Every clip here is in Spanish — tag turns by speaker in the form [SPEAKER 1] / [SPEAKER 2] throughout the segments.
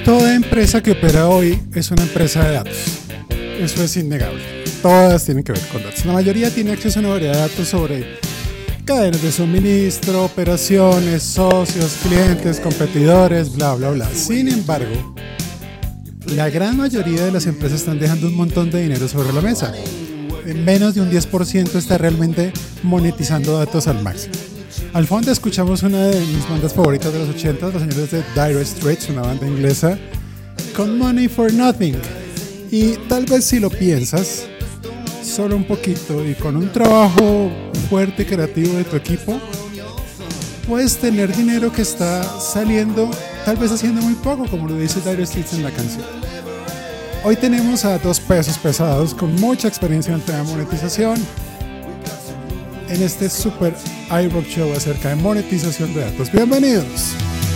[SPEAKER 1] Toda empresa que opera hoy es una empresa de datos. Eso es innegable. Todas tienen que ver con datos. La mayoría tiene acceso a una variedad de datos sobre cadenas de suministro, operaciones, socios, clientes, competidores, bla, bla, bla. Sin embargo, la gran mayoría de las empresas están dejando un montón de dinero sobre la mesa. Menos de un 10% está realmente monetizando datos al máximo. Al fondo escuchamos una de mis bandas favoritas de los 80, los señores de Dire Straits, una banda inglesa, con Money for Nothing. Y tal vez si lo piensas, solo un poquito y con un trabajo fuerte y creativo de tu equipo, puedes tener dinero que está saliendo, tal vez haciendo muy poco, como lo dice Dire Straits en la canción. Hoy tenemos a dos pesos pesados con mucha experiencia en el tema de monetización en este super iRock Show acerca de monetización de datos. Bienvenidos.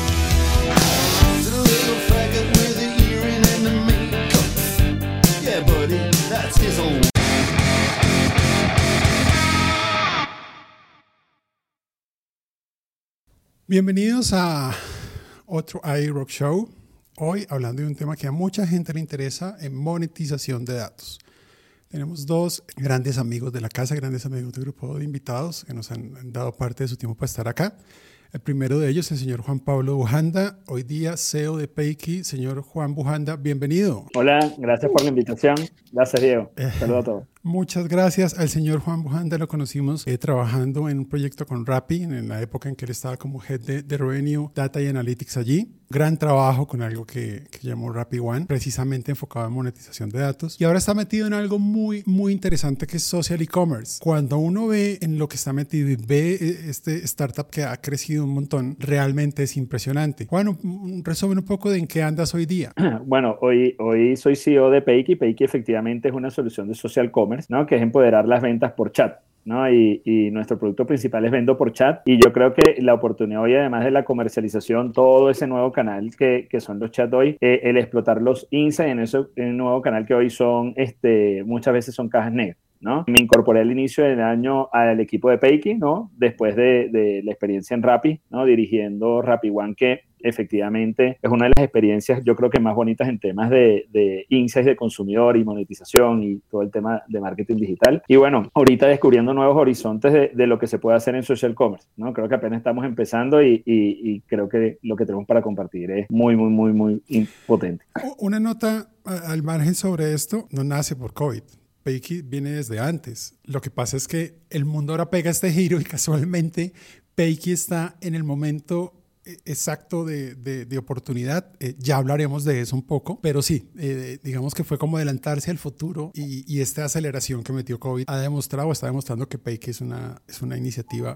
[SPEAKER 1] Bienvenidos a otro iRock Show. Hoy hablando de un tema que a mucha gente le interesa en monetización de datos. Tenemos dos grandes amigos de la casa, grandes amigos del grupo de invitados que nos han dado parte de su tiempo para estar acá. El primero de ellos, el señor Juan Pablo Bujanda, hoy día CEO de Payke. Señor Juan Bujanda, bienvenido.
[SPEAKER 2] Hola, gracias por la invitación. Gracias, Diego. Saludos a todos.
[SPEAKER 1] Muchas gracias. Al señor Juan Bujanda lo conocimos trabajando en un proyecto con Rappi en la época en que él estaba como Head de Revenue, Data y Analytics allí. Gran trabajo con algo que llamó Rappi One, precisamente enfocado en monetización de datos. Y ahora está metido en algo muy, muy interesante que es social e-commerce. Cuando uno ve en lo que está metido y ve este startup que ha crecido un montón, realmente es impresionante. Juan, resumen un poco de en qué andas hoy día.
[SPEAKER 2] Bueno, hoy soy CEO de Payke. Payke efectivamente es una solución de social commerce, ¿no? Que es empoderar las ventas por chat, ¿no? Y nuestro producto principal es Vendo por Chat, y yo creo que la oportunidad hoy, además de la comercialización, todo ese nuevo canal que son los chats hoy, el explotar los insights en un nuevo canal que hoy son, muchas veces son cajas negras, ¿no? Me incorporé al inicio del año al equipo de Payke, ¿no? Después de la experiencia en Rappi, ¿no? Dirigiendo Rappi One, que efectivamente es una de las experiencias, yo creo que más bonitas en temas de insights de consumidor y monetización y todo el tema de marketing digital. Y bueno, ahorita descubriendo nuevos horizontes de lo que se puede hacer en social commerce, ¿no? Creo que apenas estamos empezando y creo que lo que tenemos para compartir es muy, muy, muy, muy potente.
[SPEAKER 1] Una nota al margen sobre esto, no nace por COVID. Payke viene desde antes. Lo que pasa es que el mundo ahora pega este giro y casualmente Payke está en el momento exacto de oportunidad. Ya hablaremos de eso un poco, pero sí, digamos que fue como adelantarse al futuro y esta aceleración que metió COVID está demostrando que Payke es una iniciativa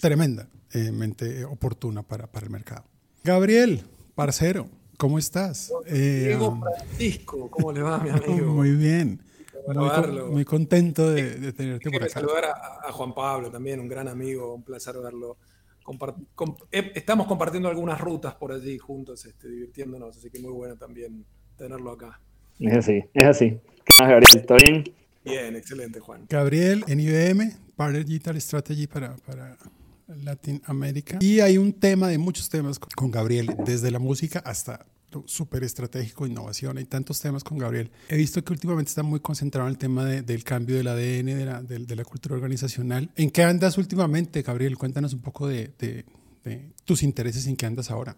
[SPEAKER 1] tremendamente oportuna para el mercado. Gabriel, parcero, ¿cómo estás?
[SPEAKER 3] Diego Francisco, ¿cómo le va, mi amigo?
[SPEAKER 1] Muy bien. Muy contento de tenerte por acá.
[SPEAKER 3] Saludar a Juan Pablo también, un gran amigo, un placer verlo. Estamos compartiendo algunas rutas por allí juntos, divirtiéndonos, así que muy bueno también tenerlo acá.
[SPEAKER 2] Es así. ¿Qué más, Gabriel? ¿Todo bien?
[SPEAKER 3] Bien, excelente, Juan.
[SPEAKER 1] Gabriel, en IBM, Partner Digital Strategy para Latinoamérica. Y hay un tema de muchos temas con Gabriel, desde la música hasta súper estratégico, innovación, hay tantos temas con Gabriel. He visto que últimamente está muy concentrado en el tema del cambio del ADN, de la cultura organizacional. ¿En qué andas últimamente, Gabriel? Cuéntanos un poco de tus intereses, ¿en qué andas ahora?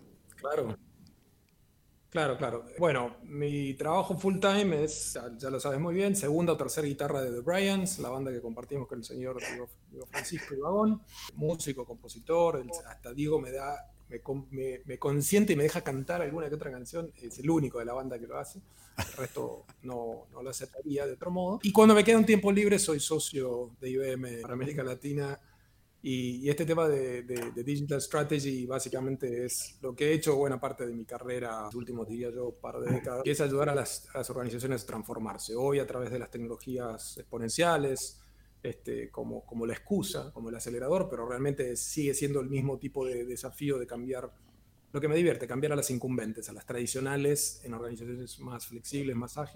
[SPEAKER 3] Claro. Bueno, mi trabajo full time es, ya lo sabes muy bien, segunda o tercera guitarra de The Bryans, la banda que compartimos con el señor Diego Francisco Ibagón, músico, compositor, hasta Diego me consiente y me deja cantar alguna que otra canción, es el único de la banda que lo hace, el resto no lo aceptaría de otro modo. Y cuando me queda un tiempo libre soy socio de IBM para América Latina, y este tema de Digital Strategy básicamente es lo que he hecho buena parte de mi carrera, los últimos, diría yo, par de décadas, que es ayudar a las organizaciones a transformarse, hoy a través de las tecnologías exponenciales, como la excusa, como el acelerador, pero realmente sigue siendo el mismo tipo de desafío de cambiar, lo que me divierte, cambiar a las incumbentes, a las tradicionales, en organizaciones más flexibles, más ágiles,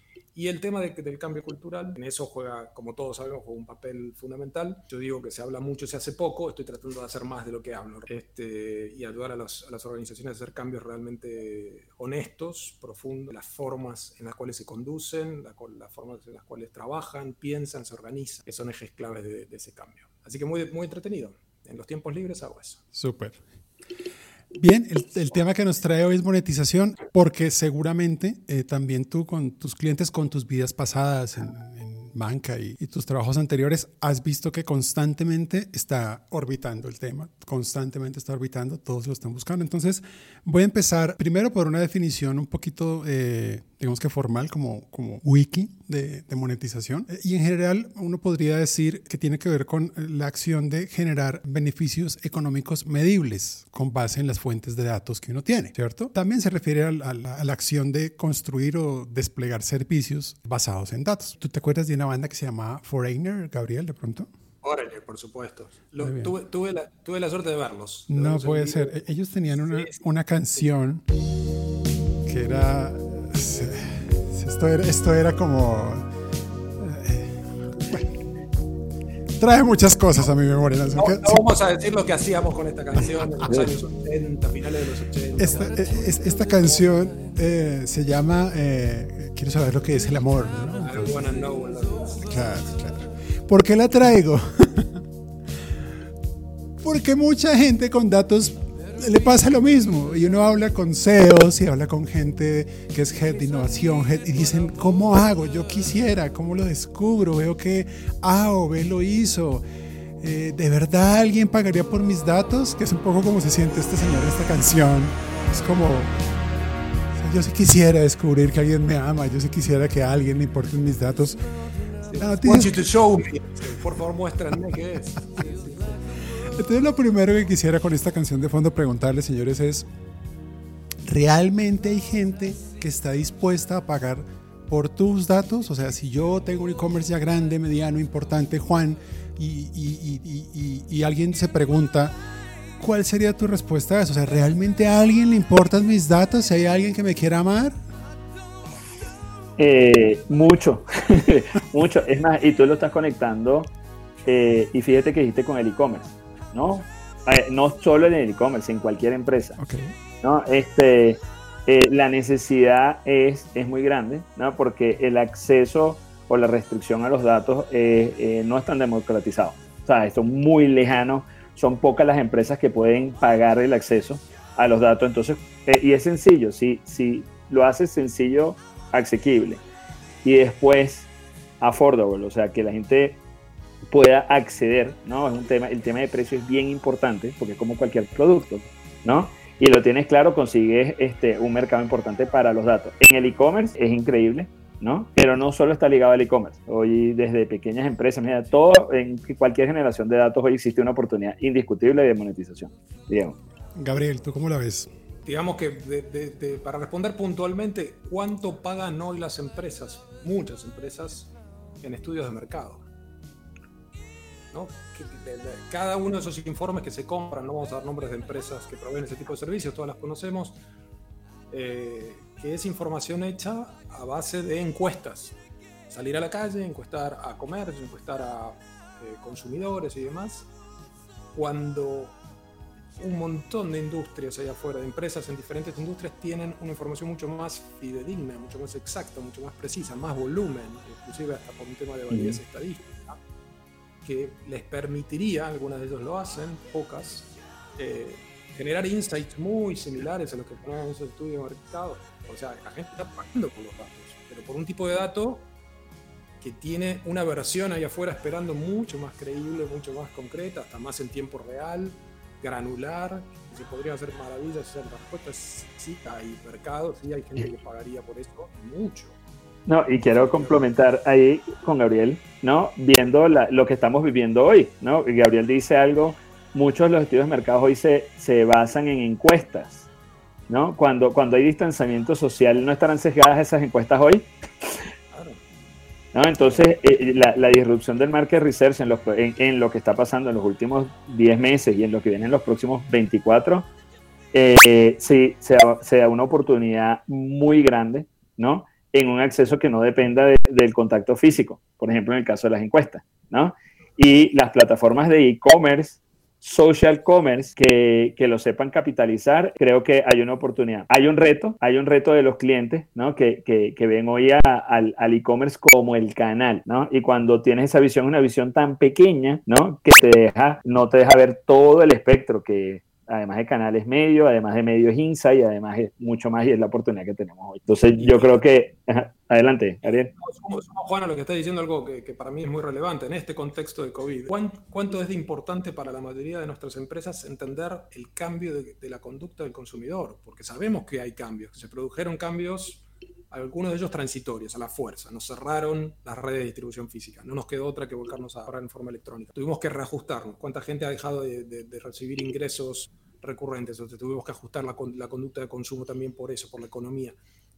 [SPEAKER 3] Y el tema del cambio cultural, en eso juega, como todos sabemos, juega un papel fundamental. Yo digo que se habla mucho, se hace poco, estoy tratando de hacer más de lo que hablo. Y ayudar a las organizaciones a hacer cambios realmente honestos, profundos, las formas en las cuales se conducen, las formas en las cuales trabajan, piensan, se organizan, que son ejes claves de ese cambio. Así que muy, muy entretenido. En los tiempos libres hago eso.
[SPEAKER 1] Súper. Bien, el tema que nos trae hoy es monetización, porque seguramente también tú con tus clientes, con tus vidas pasadas en banca y tus trabajos anteriores, has visto que constantemente está orbitando el tema, constantemente está orbitando, todos lo están buscando. Entonces, voy a empezar primero por una definición un poquito, digamos que formal, como wiki de monetización. Y en general, uno podría decir que tiene que ver con la acción de generar beneficios económicos medibles con base en las fuentes de datos que uno tiene, ¿cierto? También se refiere a la acción de construir o desplegar servicios basados en datos. ¿Tú te acuerdas de una banda que se llamaba Foreigner, Gabriel, de pronto?
[SPEAKER 3] Órale, por supuesto. Tuve la suerte de verlos.
[SPEAKER 1] No puede ser. Ellos tenían una canción que era... Esto era como... trae muchas cosas a mi memoria.
[SPEAKER 3] No vamos a decir lo que hacíamos con esta canción en los años 80, finales de los 80.
[SPEAKER 1] Esta canción se llama Quiero saber lo que es el amor, ¿no?
[SPEAKER 3] I wanna know.
[SPEAKER 1] Claro. ¿Por qué la traigo? Porque mucha gente con datos le pasa lo mismo. Y uno habla con CEOs y habla con gente que es head de innovación, y dicen, ¿cómo hago? Yo quisiera, ¿cómo lo descubro? Veo que A o B lo hizo. ¿De verdad alguien pagaría por mis datos? Que es un poco como se siente este señor en esta canción. Es como, yo sí quisiera descubrir que alguien me ama, yo sí quisiera que a alguien le importen mis datos.
[SPEAKER 3] Want you to show me. Por favor, muéstranme qué es.
[SPEAKER 1] Entonces, lo primero que quisiera con esta canción de fondo preguntarles, señores, es: ¿realmente hay gente que está dispuesta a pagar por tus datos? O sea, si yo tengo un e-commerce ya grande, mediano, importante, Juan, y alguien se pregunta, ¿cuál sería tu respuesta a eso? O sea, ¿realmente a alguien le importan mis datos? ¿Si hay alguien que me quiera amar?
[SPEAKER 2] Mucho, mucho. Es más, y tú lo estás conectando, y fíjate que dijiste con el e-commerce, ¿no? No solo en el e-commerce, en cualquier empresa.
[SPEAKER 1] Okay.
[SPEAKER 2] ¿No? La necesidad es muy grande, ¿no? Porque el acceso o la restricción a los datos no es tan democratizado. O sea, esto es muy lejano. Son pocas las empresas que pueden pagar el acceso a los datos. Entonces, y es sencillo, si lo haces sencillo, asequible, y después affordable, o sea, que la gente pueda acceder, ¿no? Es un tema, el tema de precio es bien importante, porque es como cualquier producto, ¿no? Y lo tienes claro, consigues un mercado importante para los datos. En el e-commerce es increíble, ¿no? Pero no solo está ligado al e-commerce. Hoy, desde pequeñas empresas, mira, todo, en cualquier generación de datos, hoy existe una oportunidad indiscutible de monetización, digamos.
[SPEAKER 1] Gabriel, ¿tú cómo la ves?
[SPEAKER 3] Digamos que para responder puntualmente, ¿cuánto pagan hoy las empresas? Muchas empresas en estudios de mercado, ¿no? Cada uno de esos informes que se compran, no vamos a dar nombres de empresas que proveen ese tipo de servicios, todas las conocemos, que es información hecha a base de encuestas. Salir a la calle, encuestar a comercio, encuestar a consumidores y demás. Cuando un montón de industrias allá afuera, de empresas en diferentes industrias, tienen una información mucho más fidedigna, mucho más exacta, mucho más precisa, más volumen, inclusive hasta por un tema de validez estadística, que les permitiría, algunas de ellos lo hacen, pocas, generar insights muy similares a los que ponen en esos estudios de mercado. O sea, la gente está pagando por los datos, pero por un tipo de dato que tiene una versión ahí afuera esperando mucho más creíble, mucho más concreta, hasta más en tiempo real, granular, se podrían hacer maravillas. La respuesta es sí, hay mercado, sí hay gente que pagaría por eso, mucho.
[SPEAKER 2] No, y quiero complementar ahí con Gabriel, ¿no? Viendo lo que estamos viviendo hoy, ¿no? Y Gabriel dice algo, muchos de los estudios de mercado hoy se basan en encuestas, ¿no? Cuando hay distanciamiento social, ¿no estarán sesgadas esas encuestas hoy? ¿No? Entonces, la disrupción del market research en lo que está pasando en los últimos 10 meses y en lo que viene en los próximos 24, sí, se da una oportunidad muy grande, ¿no? en un acceso que no dependa del contacto físico, por ejemplo, en el caso de las encuestas, ¿no? Y las plataformas de e-commerce, social commerce, que lo sepan capitalizar, creo que hay una oportunidad. Hay un reto de los clientes, ¿no? Que ven hoy al e-commerce como el canal, ¿no? Y cuando tienes esa visión, una visión tan pequeña, ¿no? Que no te deja ver todo el espectro que además de canales medios, además de medios insight, además es mucho más y es la oportunidad que tenemos hoy. Entonces yo creo que... Adelante, Ariel.
[SPEAKER 3] Juan, lo que está diciendo algo que para mí es muy relevante en este contexto de COVID. ¿Cuánto es de importante para la mayoría de nuestras empresas entender el cambio de la conducta del consumidor? Porque sabemos que hay cambios, que se produjeron cambios, algunos de ellos transitorios, a la fuerza. Nos cerraron las redes de distribución física. No nos quedó otra que volcarnos a ahorrar en forma electrónica. Tuvimos que reajustarnos. ¿Cuánta gente ha dejado de recibir ingresos recurrentes? Entonces, tuvimos que ajustar la conducta de consumo también por eso, por la economía.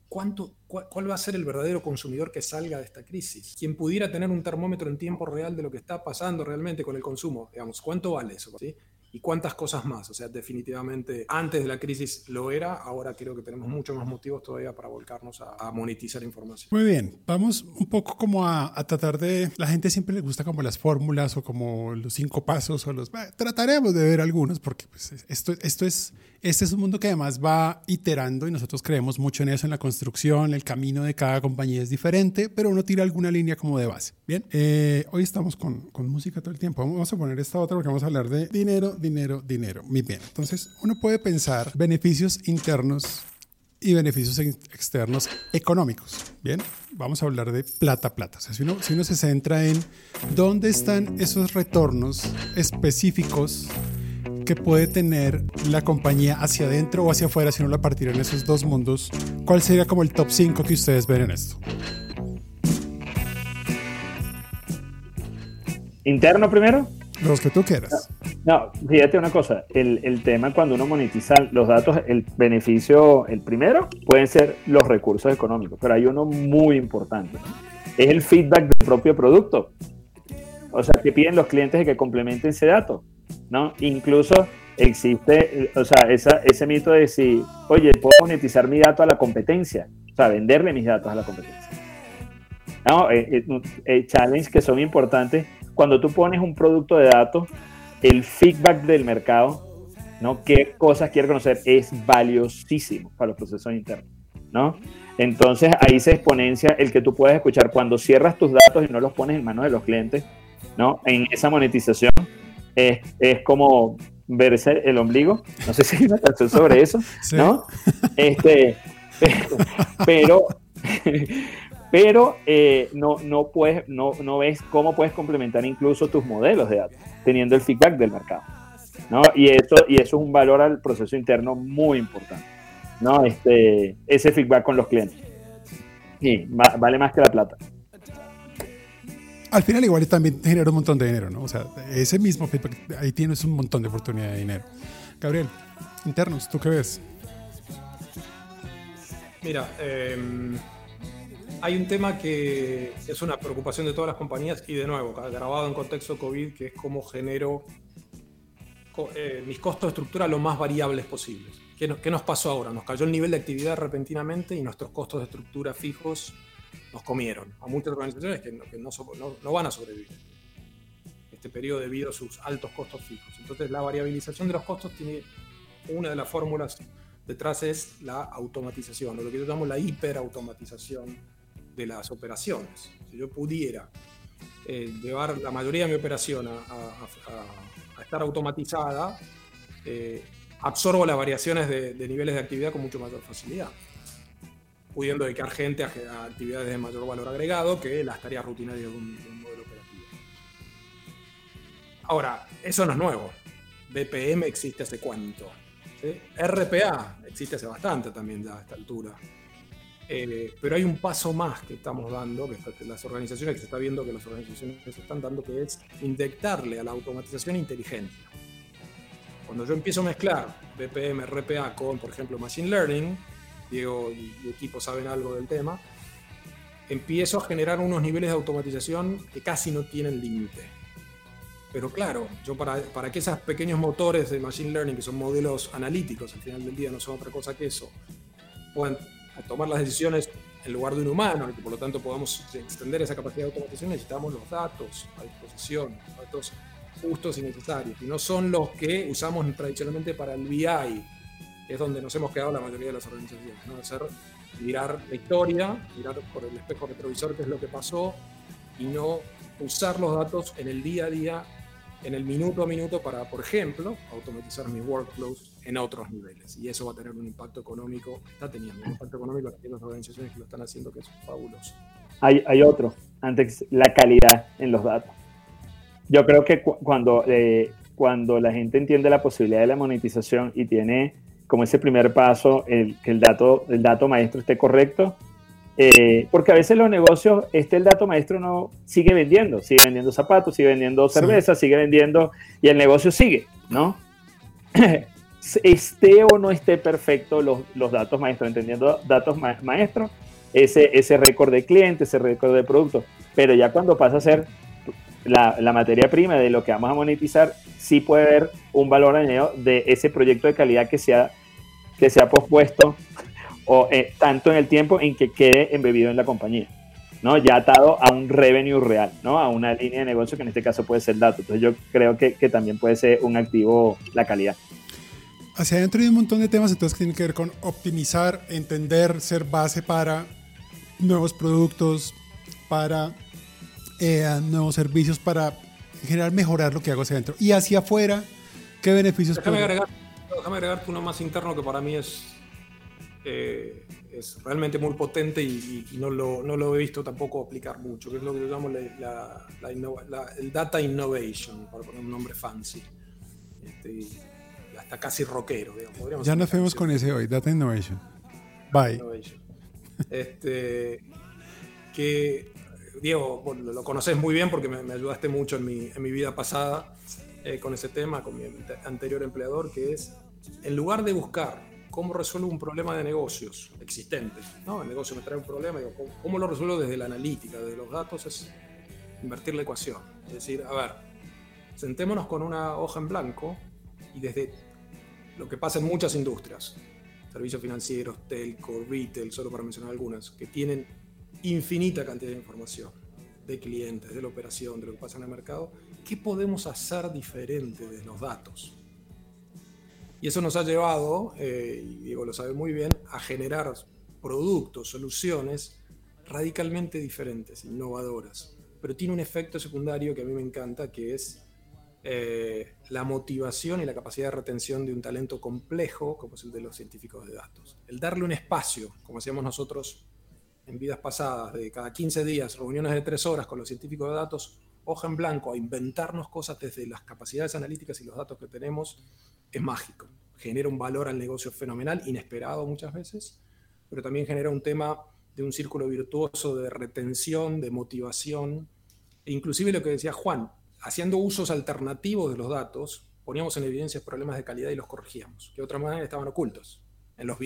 [SPEAKER 3] ¿Cuál va a ser el verdadero consumidor que salga de esta crisis? Quien pudiera tener un termómetro en tiempo real de lo que está pasando realmente con el consumo, digamos, ¿cuánto vale eso? ¿Sí? Y cuántas cosas más. O sea, definitivamente antes de la crisis lo era, ahora creo que tenemos muchos más motivos todavía para volcarnos a monetizar información.
[SPEAKER 1] Muy bien, vamos un poco como a tratar de... La gente siempre le gusta como las fórmulas o como los 5 pasos o trataremos de ver algunos porque pues, este es un mundo que además va iterando y nosotros creemos mucho en eso, en la construcción, el camino de cada compañía es diferente, pero uno tira alguna línea como de base. Bien, hoy estamos con música todo el tiempo. Vamos a poner esta otra porque vamos a hablar de dinero. Muy bien, entonces uno puede pensar beneficios internos y beneficios externos económicos. Bien, vamos a hablar de plata. O sea, si uno se centra en dónde están esos retornos específicos que puede tener la compañía hacia adentro o hacia afuera, si uno la partiera en esos dos mundos, ¿cuál sería como el top 5 que ustedes ven en esto?
[SPEAKER 2] ¿Interno primero?
[SPEAKER 1] Los que tú quieras.
[SPEAKER 2] No, fíjate una cosa, el tema cuando uno monetiza los datos, el beneficio, el primero, pueden ser los recursos económicos, pero hay uno muy importante, ¿no? Es el feedback del propio producto. O sea, que piden los clientes de que complementen ese dato, ¿no? Incluso existe, o sea, ese mito de si, oye, puedo monetizar mi dato a la competencia, o sea, venderle mis datos a la competencia. No, challenge que son importantes. Cuando tú pones un producto de datos, el feedback del mercado, ¿no? ¿Qué cosas quiere conocer? Es valiosísimo para los procesos internos, ¿no? Entonces ahí se exponencia el que tú puedes escuchar cuando cierras tus datos y no los pones en manos de los clientes, ¿no? En esa monetización es como verse el ombligo. No sé si hay una canción sobre eso,
[SPEAKER 1] sí.
[SPEAKER 2] ¿no? Pero no ves cómo puedes complementar incluso tus modelos de datos teniendo el feedback del mercado, ¿no? Y eso es un valor al proceso interno muy importante, ¿no? Ese feedback con los clientes. Sí, vale más que la plata.
[SPEAKER 1] Al final igual también genera un montón de dinero, ¿no? O sea, ese mismo feedback, ahí tienes un montón de oportunidad de dinero. Gabriel, internos, ¿tú qué ves?
[SPEAKER 3] Mira, hay un tema que es una preocupación de todas las compañías y de nuevo, grabado en contexto COVID, que es cómo genero mis costos de estructura lo más variables posibles. ¿Qué nos pasó ahora? Nos cayó el nivel de actividad repentinamente y nuestros costos de estructura fijos nos comieron. A muchas organizaciones que no van a sobrevivir este periodo debido a sus altos costos fijos. Entonces la variabilización de los costos tiene una de las fórmulas detrás es la automatización, o lo que yo llamo la hiperautomatización de las operaciones. Si yo pudiera llevar la mayoría de mi operación a estar automatizada, absorbo las variaciones de niveles de actividad con mucho mayor facilidad, pudiendo dedicar gente a actividades de mayor valor agregado que las tareas rutinarias de un modelo operativo. Ahora, eso no es nuevo. BPM existe hace cuánto, ¿sí? RPA existe hace bastante también ya a esta altura. Pero hay un paso más que estamos dando, que las organizaciones, que se está viendo que las organizaciones se están dando, que es inyectarle a la automatización inteligencia. Cuando yo empiezo a mezclar BPM, RPA con, por ejemplo, Machine Learning, Diego y equipo saben algo del tema, empiezo a generar unos niveles de automatización que casi no tienen límite. Pero claro, yo para que esos pequeños motores de Machine Learning, que son modelos analíticos, al final del día no son otra cosa que eso, puedan tomar las decisiones en lugar de un humano, y que por lo tanto podamos extender esa capacidad de automatización, necesitamos los datos a disposición, datos justos y necesarios, y no son los que usamos tradicionalmente para el BI, que es donde nos hemos quedado la mayoría de las organizaciones, ¿no? Mirar la historia, mirar por el espejo retrovisor qué es lo que pasó, y no usar los datos en el día a día, en el minuto a minuto para, por ejemplo, automatizar mis workflows en otros niveles. Y eso va a tener un impacto económico, está teniendo un impacto económico en las organizaciones que lo están haciendo, que es fabuloso.
[SPEAKER 2] Hay otro, antes, la calidad en los datos. Yo creo que cuando la gente entiende la posibilidad de la monetización y tiene como ese primer paso, que el dato maestro esté correcto, porque a veces los negocios, el dato maestro no sigue vendiendo zapatos, sigue vendiendo cerveza, sigue vendiendo, y el negocio sigue, ¿no? Esté o no esté perfecto los datos maestros, entendiendo datos maestros, ese récord de clientes, ese récord de productos, pero ya cuando pasa a ser la materia prima de lo que vamos a monetizar, sí puede haber un valor añadido de ese proyecto de calidad que se ha pospuesto o tanto en el tiempo en que quede embebido en la compañía, ¿no? Ya atado a un revenue real, ¿no? A una línea de negocio que en este caso puede ser dato. Entonces yo creo que también puede ser un activo la calidad.
[SPEAKER 1] Hacia adentro hay un montón de temas entonces que tienen que ver con optimizar, entender, ser base para nuevos productos, para nuevos servicios, para en general mejorar lo que hago hacia adentro. Y hacia afuera, ¿qué beneficios?
[SPEAKER 3] Déjame agregarte uno más interno que para mí es realmente muy potente y no lo he visto tampoco aplicar mucho, que es lo que yo llamo el Data Innovation, para poner un nombre fancy. Hasta casi rockero, digamos.
[SPEAKER 1] Ya nos fuimos con ese hoy, Data Innovation. Bye.
[SPEAKER 3] Que, Diego, bueno, lo conoces muy bien porque me ayudaste mucho en mi vida pasada con ese tema, con mi anterior empleador, que es, en lugar de buscar cómo resuelvo un problema de negocios existente, ¿no? El negocio me trae un problema, digo, ¿cómo lo resuelvo desde la analítica, desde los datos? Es invertir la ecuación. Es decir, a ver, sentémonos con una hoja en blanco y desde lo que pasa en muchas industrias, servicios financieros, telco, retail, solo para mencionar algunas, que tienen infinita cantidad de información de clientes, de la operación, de lo que pasa en el mercado, ¿qué podemos hacer diferente de los datos? Y eso nos ha llevado, y Diego lo sabe muy bien, a generar productos, soluciones radicalmente diferentes, innovadoras. Pero tiene un efecto secundario que a mí me encanta, que es la motivación y la capacidad de retención de un talento complejo, como es el de los científicos de datos. El darle un espacio, como hacíamos nosotros en vidas pasadas, de cada 15 días, reuniones de 3 horas con los científicos de datos, hoja en blanco, a inventarnos cosas desde las capacidades analíticas y los datos que tenemos, es mágico. Genera un valor al negocio fenomenal, inesperado muchas veces, pero también genera un tema de un círculo virtuoso de retención, de motivación, e inclusive lo que decía Juan, haciendo usos alternativos de los datos, poníamos en evidencia problemas de calidad y los corregíamos, que de otra manera estaban ocultos en los BI.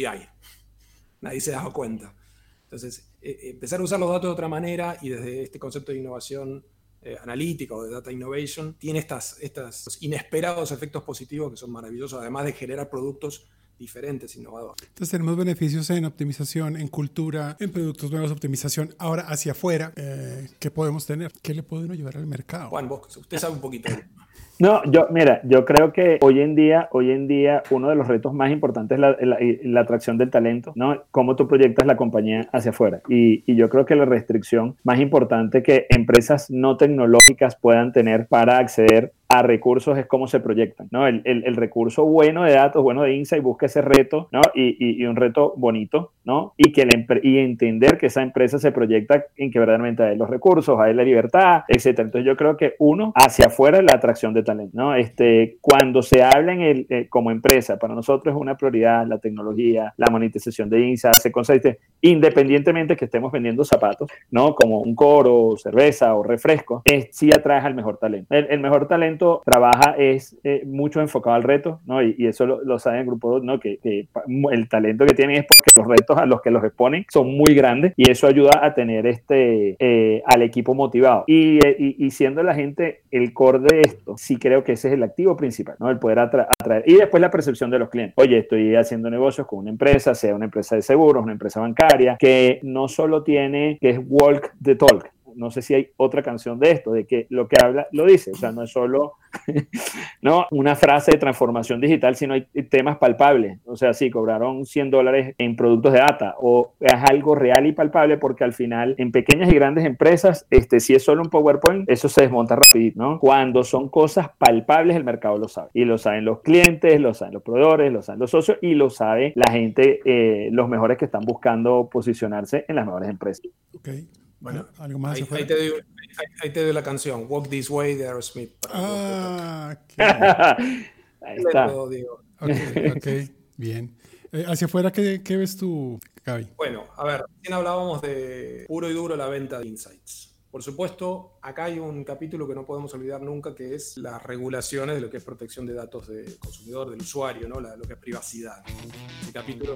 [SPEAKER 3] Nadie se daba cuenta. Entonces, empezar a usar los datos de otra manera y desde este concepto de innovación analítica o de data innovation, tiene estos inesperados efectos positivos que son maravillosos, además de generar productos diferentes, innovadores.
[SPEAKER 1] Entonces tenemos beneficios en optimización, en cultura, en productos nuevos, optimización. Ahora, hacia afuera, ¿qué podemos tener? ¿Qué le puede uno llevar al mercado?
[SPEAKER 3] Juan, usted sabe un poquito de...
[SPEAKER 2] No, yo creo que hoy en día uno de los retos más importantes es la atracción del talento, ¿no? Cómo tú proyectas la compañía hacia afuera. Y yo creo que la restricción más importante que empresas no tecnológicas puedan tener para acceder a recursos es cómo se proyectan, ¿no? El recurso bueno de datos, bueno de insight, busca ese reto, ¿no? Y un reto bonito, ¿no? Y entender que esa empresa se proyecta en que verdaderamente hay los recursos, hay la libertad, etc. Entonces yo creo que hacia afuera la atracción de talento, ¿no? Cuando se habla como empresa, para nosotros es una prioridad la tecnología, la monetización de insight, se consiste independientemente que estemos vendiendo zapatos, ¿no? Como un coro, cerveza o refresco, sí atraes al mejor talento. El mejor talento trabaja mucho enfocado al reto, ¿no? Y eso lo sabe el grupo, ¿no? Que el talento que tienen es porque los retos a los que los exponen son muy grandes y eso ayuda a tener al equipo motivado. Y siendo la gente el core de esto, si sí creo que ese es el activo principal, ¿no? El poder atraer. Y después la percepción de los clientes. Oye, estoy haciendo negocios con una empresa, sea una empresa de seguros, una empresa bancaria, que no solo tiene, que es walk the talk. No sé si hay otra canción de esto, de que lo que habla lo dice, o sea, no es solo ¿no? una frase de transformación digital, sino hay temas palpables. O sea, sí, cobraron $100 en productos de data, o es algo real y palpable, porque al final, en pequeñas y grandes empresas, si es solo un PowerPoint, eso se desmonta rapidito, ¿no? Cuando son cosas palpables, el mercado lo sabe. Y lo saben los clientes, lo saben los proveedores, lo saben los socios, y lo sabe la gente, los mejores que están buscando posicionarse en las mejores empresas.
[SPEAKER 1] Ok.
[SPEAKER 3] Bueno,
[SPEAKER 1] ¿algo más?
[SPEAKER 3] Ahí te doy la canción, Walk This Way de Aerosmith.
[SPEAKER 2] Ahí está.
[SPEAKER 1] Ok, bien. Hacia afuera, ¿qué ves tú, Gaby?
[SPEAKER 3] Bueno, a ver, recién hablábamos de puro y duro la venta de insights. Por supuesto, acá hay un capítulo que no podemos olvidar nunca, que es las regulaciones de lo que es protección de datos del consumidor, del usuario, ¿no? Lo que es privacidad. El capítulo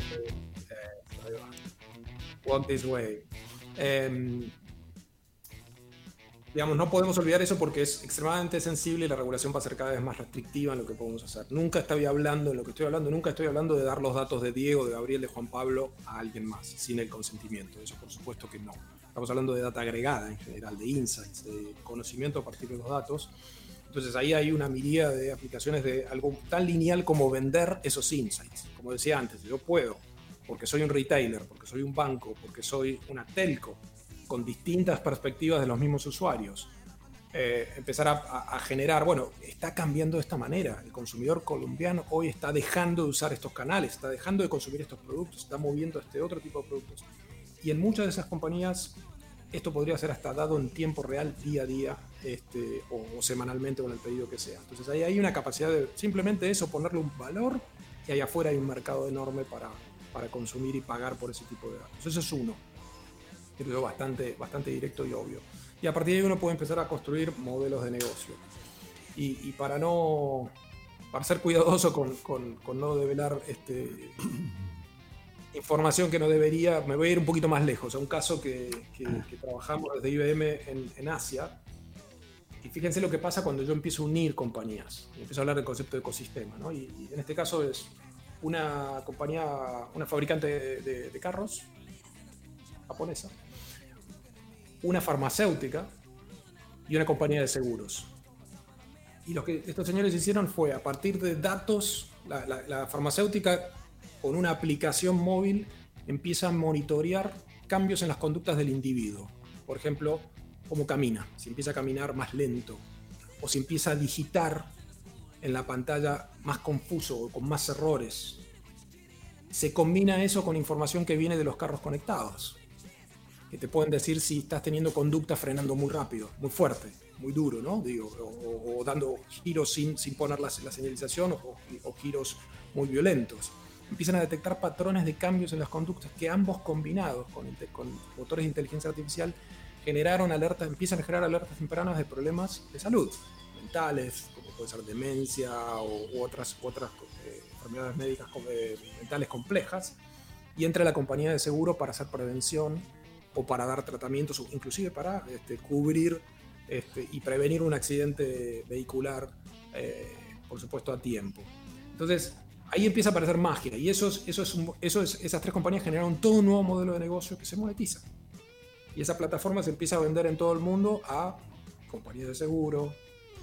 [SPEAKER 3] Walk This Way. Digamos, no podemos olvidar eso porque es extremadamente sensible y la regulación va a ser cada vez más restrictiva en lo que podemos hacer. Nunca estoy hablando de dar los datos de Diego, de Gabriel, de Juan Pablo a alguien más, sin el consentimiento. Eso por supuesto que no. Estamos hablando de data agregada en general, de insights, de conocimiento a partir de los datos. Entonces ahí hay una miríada de aplicaciones de algo tan lineal como vender esos insights. Como decía antes, yo puedo, porque soy un retailer, porque soy un banco, porque soy una telco, con distintas perspectivas de los mismos usuarios, empezar a generar, bueno, está cambiando de esta manera. El consumidor colombiano hoy está dejando de usar estos canales, está dejando de consumir estos productos, está moviendo a este otro tipo de productos. Y en muchas de esas compañías esto podría ser hasta dado en tiempo real, día a día, o semanalmente con el pedido que sea. Entonces ahí hay una capacidad de simplemente eso, ponerle un valor, y ahí afuera hay un mercado enorme para consumir y pagar por ese tipo de datos. Eso es uno. Creo bastante directo y obvio. Y a partir de ahí uno puede empezar a construir modelos de negocio. Y para ser cuidadoso con no develar información que no debería, me voy a ir un poquito más lejos. A un caso que trabajamos desde IBM en Asia. Y fíjense lo que pasa cuando yo empiezo a unir compañías. Y empiezo a hablar del concepto de ecosistema, ¿no? Y en este caso es una compañía, una fabricante de carros japonesa, una farmacéutica y una compañía de seguros. Y lo que estos señores hicieron fue, a partir de datos, la farmacéutica con una aplicación móvil empieza a monitorear cambios en las conductas del individuo. Por ejemplo, cómo camina, si empieza a caminar más lento, o si empieza a digitar en la pantalla más confuso o con más errores. Se combina eso con información que viene de los carros conectados, que te pueden decir si estás teniendo conducta frenando muy rápido, muy fuerte, muy duro, ¿no? Digo, o dando giros sin poner la señalización, o giros muy violentos. Empiezan a detectar patrones de cambios en las conductas que ambos combinados con motores de inteligencia artificial empiezan a generar alertas tempranas de problemas de salud mentales, como puede ser demencia u otras enfermedades médicas mentales complejas, y entra la compañía de seguro para hacer prevención o para dar tratamientos, o inclusive para cubrir y prevenir un accidente vehicular, por supuesto, a tiempo. Entonces, ahí empieza a aparecer magia, y esas tres compañías generaron todo un nuevo modelo de negocio que se monetiza. Y esa plataforma se empieza a vender en todo el mundo a compañías de seguro,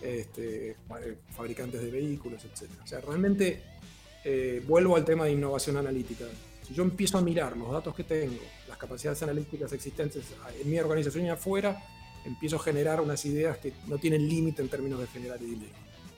[SPEAKER 3] fabricantes de vehículos, etc. O sea, realmente vuelvo al tema de innovación analítica. Si yo empiezo a mirar los datos que tengo, las capacidades analíticas existentes en mi organización y afuera, empiezo a generar unas ideas que no tienen límite en términos de generar dinero.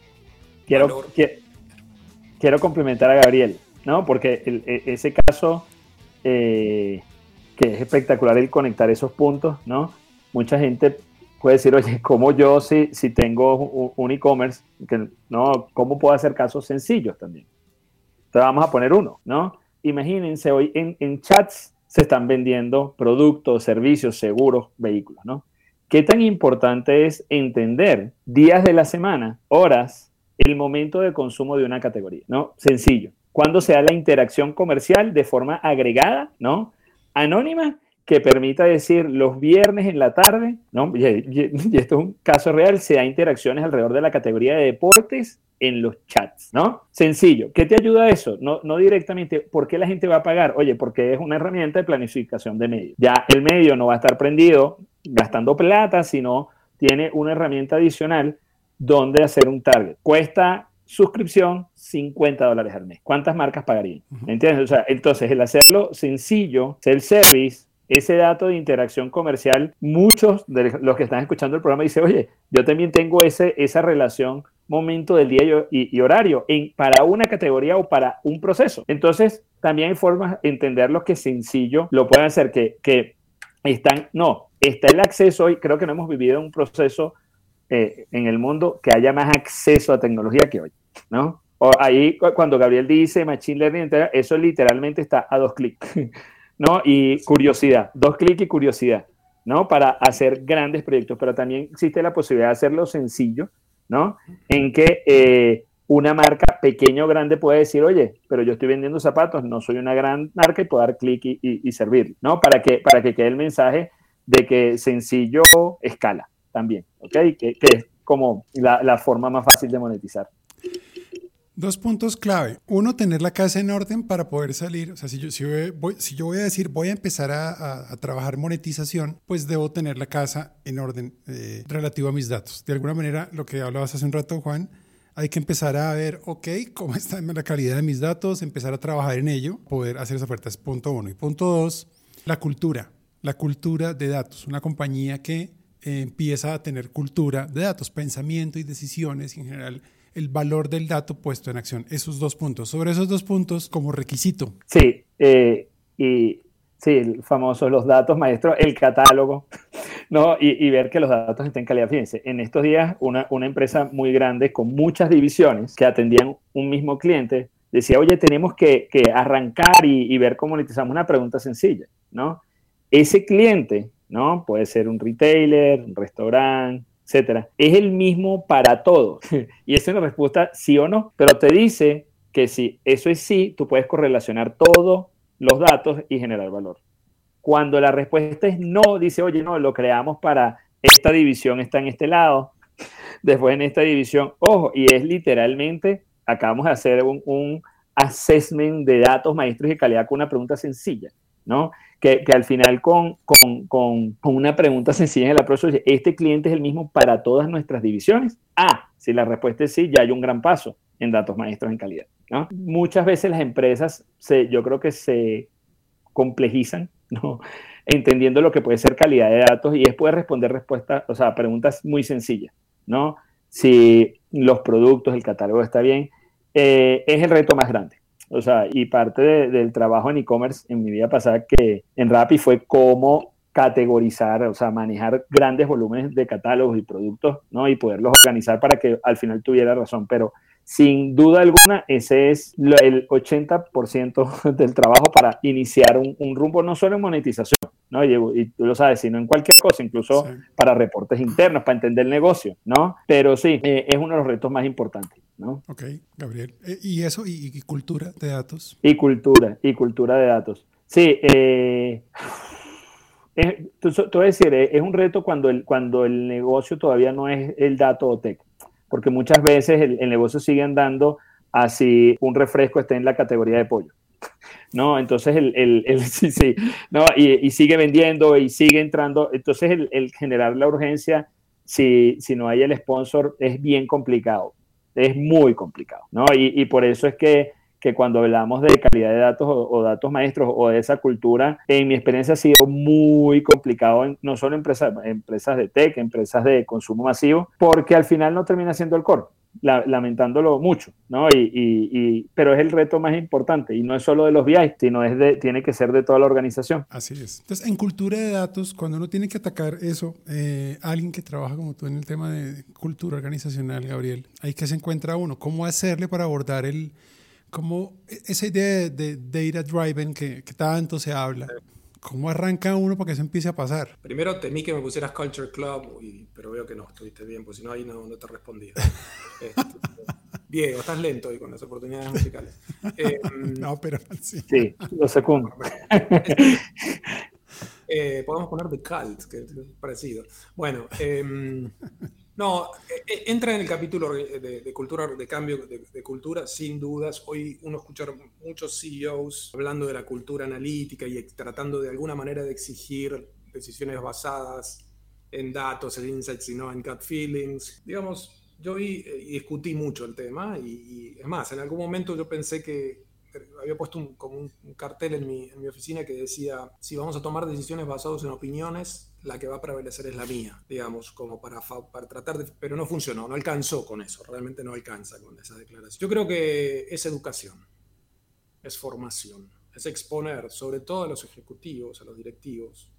[SPEAKER 2] Quiero complementar a Gabriel, ¿no? Porque ese caso, que es espectacular el conectar esos puntos, ¿no? Mucha gente puede decir, oye, ¿cómo yo si tengo un e-commerce, ¿no? ¿Cómo puedo hacer casos sencillos también? Entonces vamos a poner uno, ¿no? Imagínense, hoy en chats se están vendiendo productos, servicios, seguros, vehículos, ¿no? ¿Qué tan importante es entender días de la semana, horas, el momento de consumo de una categoría, ¿no? Sencillo. Cuando se da la interacción comercial de forma agregada, ¿no? Anónima, que permita decir los viernes en la tarde, ¿no? Y esto es un caso real, se da interacciones alrededor de la categoría de deportes en los chats, ¿no? Sencillo. ¿Qué te ayuda eso? No directamente, ¿por qué la gente va a pagar? Oye, porque es una herramienta de planificación de medios. Ya el medio no va a estar prendido gastando plata, sino tiene una herramienta adicional donde hacer un target. Cuesta suscripción $50 al mes. ¿Cuántas marcas pagarían? ¿Entiendes? O sea, entonces el hacerlo sencillo, self-service, ese dato de interacción comercial, muchos de los que están escuchando el programa dicen, oye, yo también tengo esa relación momento del día y horario para una categoría o para un proceso. Entonces, también hay formas de entenderlo que sencillo lo pueden hacer, que está el acceso hoy. Creo que no hemos vivido un proceso en el mundo que haya más acceso a tecnología que hoy, ¿no? O ahí cuando Gabriel dice Machine Learning, eso literalmente está a 2 clics, ¿no? Y curiosidad, 2 clics y curiosidad, ¿no? Para hacer grandes proyectos, pero también existe la posibilidad de hacerlo sencillo, ¿no? En que una marca pequeña o grande puede decir, oye, pero yo estoy vendiendo zapatos, no soy una gran marca y puedo dar clic y servir, ¿no? Para que quede el mensaje de que sencillo escala también, ¿ok? Que es como la forma más fácil de monetizar.
[SPEAKER 1] 2 puntos clave. Uno, tener la casa en orden para poder salir. O sea, si yo voy a decir, voy a empezar a trabajar monetización, pues debo tener la casa en orden relativo a mis datos. De alguna manera, lo que hablabas hace un rato, Juan, hay que empezar a ver, ok, cómo está la calidad de mis datos, empezar a trabajar en ello, poder hacer esas ofertas. Punto 1. Y punto 2, la cultura de datos. Una compañía que empieza a tener cultura de datos, pensamiento y decisiones y en general el valor del dato puesto en acción. Esos 2 puntos. Sobre esos 2 puntos, como requisito.
[SPEAKER 2] Sí, el famoso, los datos maestros, el catálogo, ¿no? Y ver que los datos estén en calidad. Fíjense, en estos días una empresa muy grande con muchas divisiones que atendían un mismo cliente decía, oye, tenemos que arrancar y ver cómo monetizamos. Una pregunta sencilla, ¿no? Ese cliente, ¿no? Puede ser un retailer, un restaurante, etcétera, es el mismo para todos. Y esa es una respuesta sí o no, pero te dice que si eso es sí, tú puedes correlacionar todos los datos y generar valor. Cuando la respuesta es no, dice, oye, no, lo creamos para esta división, está en este lado, después en esta división, ojo, y es literalmente, acabamos de hacer un assessment de datos maestros y calidad con una pregunta sencilla, ¿no? Que al final con una pregunta sencilla en el approach, ¿este cliente es el mismo para todas nuestras divisiones? Si la respuesta es sí, ya hay un gran paso en datos maestros en calidad, ¿no? Muchas veces las empresas, yo creo que se complejizan, ¿no? Entendiendo lo que puede ser calidad de datos y es poder responder preguntas muy sencillas, ¿no? Si los productos, el catálogo está bien, es el reto más grande. O sea, y parte del trabajo en e-commerce en mi vida pasada que en Rappi fue cómo categorizar, o sea, manejar grandes volúmenes de catálogos y productos, ¿no? Y poderlos organizar para que al final tuviera razón. Pero sin duda alguna, ese es el 80% del trabajo para iniciar un rumbo, no solo en monetización, ¿no? Y tú lo sabes, sino en cualquier cosa, incluso sí, para reportes internos, para entender el negocio, ¿no? Pero sí, es uno de los retos más importantes, ¿no?
[SPEAKER 1] Ok, Gabriel. ¿Y eso? ¿Y cultura de datos?
[SPEAKER 2] Y cultura de datos. Sí, tú vas a decir, es un reto cuando el negocio todavía no es el dato o tech, porque muchas veces el negocio sigue andando así, un refresco esté en la categoría de pollo, ¿no? Entonces, sí, ¿no? Y sigue vendiendo y sigue entrando. Entonces, el generar la urgencia, si no hay el sponsor, es bien complicado. Es muy complicado, ¿no? Y por eso es que cuando hablamos de calidad de datos o datos maestros o de esa cultura, en mi experiencia ha sido muy complicado, no solo empresas de tech, empresas de consumo masivo, porque al final no termina siendo el core, lamentándolo mucho, ¿no? Pero es el reto más importante y no es solo de los BI, sino tiene que ser de toda la organización.
[SPEAKER 1] Así es. Entonces, en cultura de datos, cuando uno tiene que atacar eso, alguien que trabaja como tú en el tema de cultura organizacional, Gabriel, ahí que se encuentra uno, ¿cómo hacerle para abordar como esa idea de data driven que tanto se habla? ¿Cómo arranca uno para que eso empiece a pasar?
[SPEAKER 3] Primero temí que me pusieras Culture Club, pero veo que no, estuviste bien, porque si no ahí no te respondía. Diego, estás lento hoy con las oportunidades musicales.
[SPEAKER 1] No, pero sí.
[SPEAKER 2] Sí, lo secundo.
[SPEAKER 3] Podemos poner The Cult, que es parecido. Bueno, no, entra en el capítulo de cultura, de cambio de cultura, sin dudas. Hoy uno escucha muchos CEOs hablando de la cultura analítica y tratando de alguna manera de exigir decisiones basadas en datos, en insights y no en gut feelings. Digamos, yo vi y discutí mucho el tema y es más, en algún momento yo pensé que había puesto como un cartel en mi oficina que decía, si vamos a tomar decisiones basadas en opiniones, la que va a prevalecer es la mía, digamos, como para tratar de... Pero no funcionó, no alcanzó con eso, realmente no alcanza con esa declaración. Yo creo que es educación, es formación, es exponer, sobre todo a los ejecutivos, a los directivos,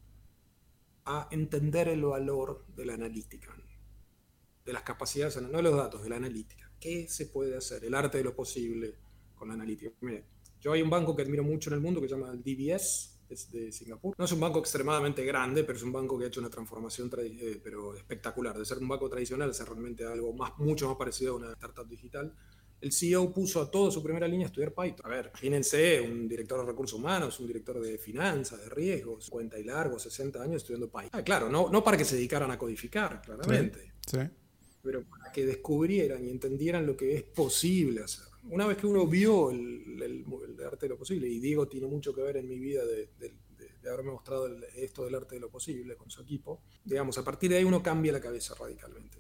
[SPEAKER 3] a entender el valor de la analítica, de las capacidades, no de los datos, de la analítica. ¿Qué se puede hacer? El arte de lo posible con la analítica. Mire, yo hay un banco que admiro mucho en el mundo que se llama el DBS, es de Singapur. No es un banco extremadamente grande, pero es un banco que ha hecho una transformación pero espectacular. De ser un banco tradicional, ser realmente algo mucho más parecido a una startup digital. El CEO puso a toda su primera línea a estudiar Python. A ver, imagínense un director de recursos humanos, un director de finanzas, de riesgos, 50 y largos, 60 años estudiando Python. Claro, no para que se dedicaran a codificar, claramente.
[SPEAKER 1] Sí.
[SPEAKER 3] Pero para que descubrieran y entendieran lo que es posible hacer. Una vez que uno vio el arte de lo posible, y Diego tiene mucho que ver en mi vida de haberme mostrado esto del arte de lo posible con su equipo, digamos, a partir de ahí uno cambia la cabeza radicalmente.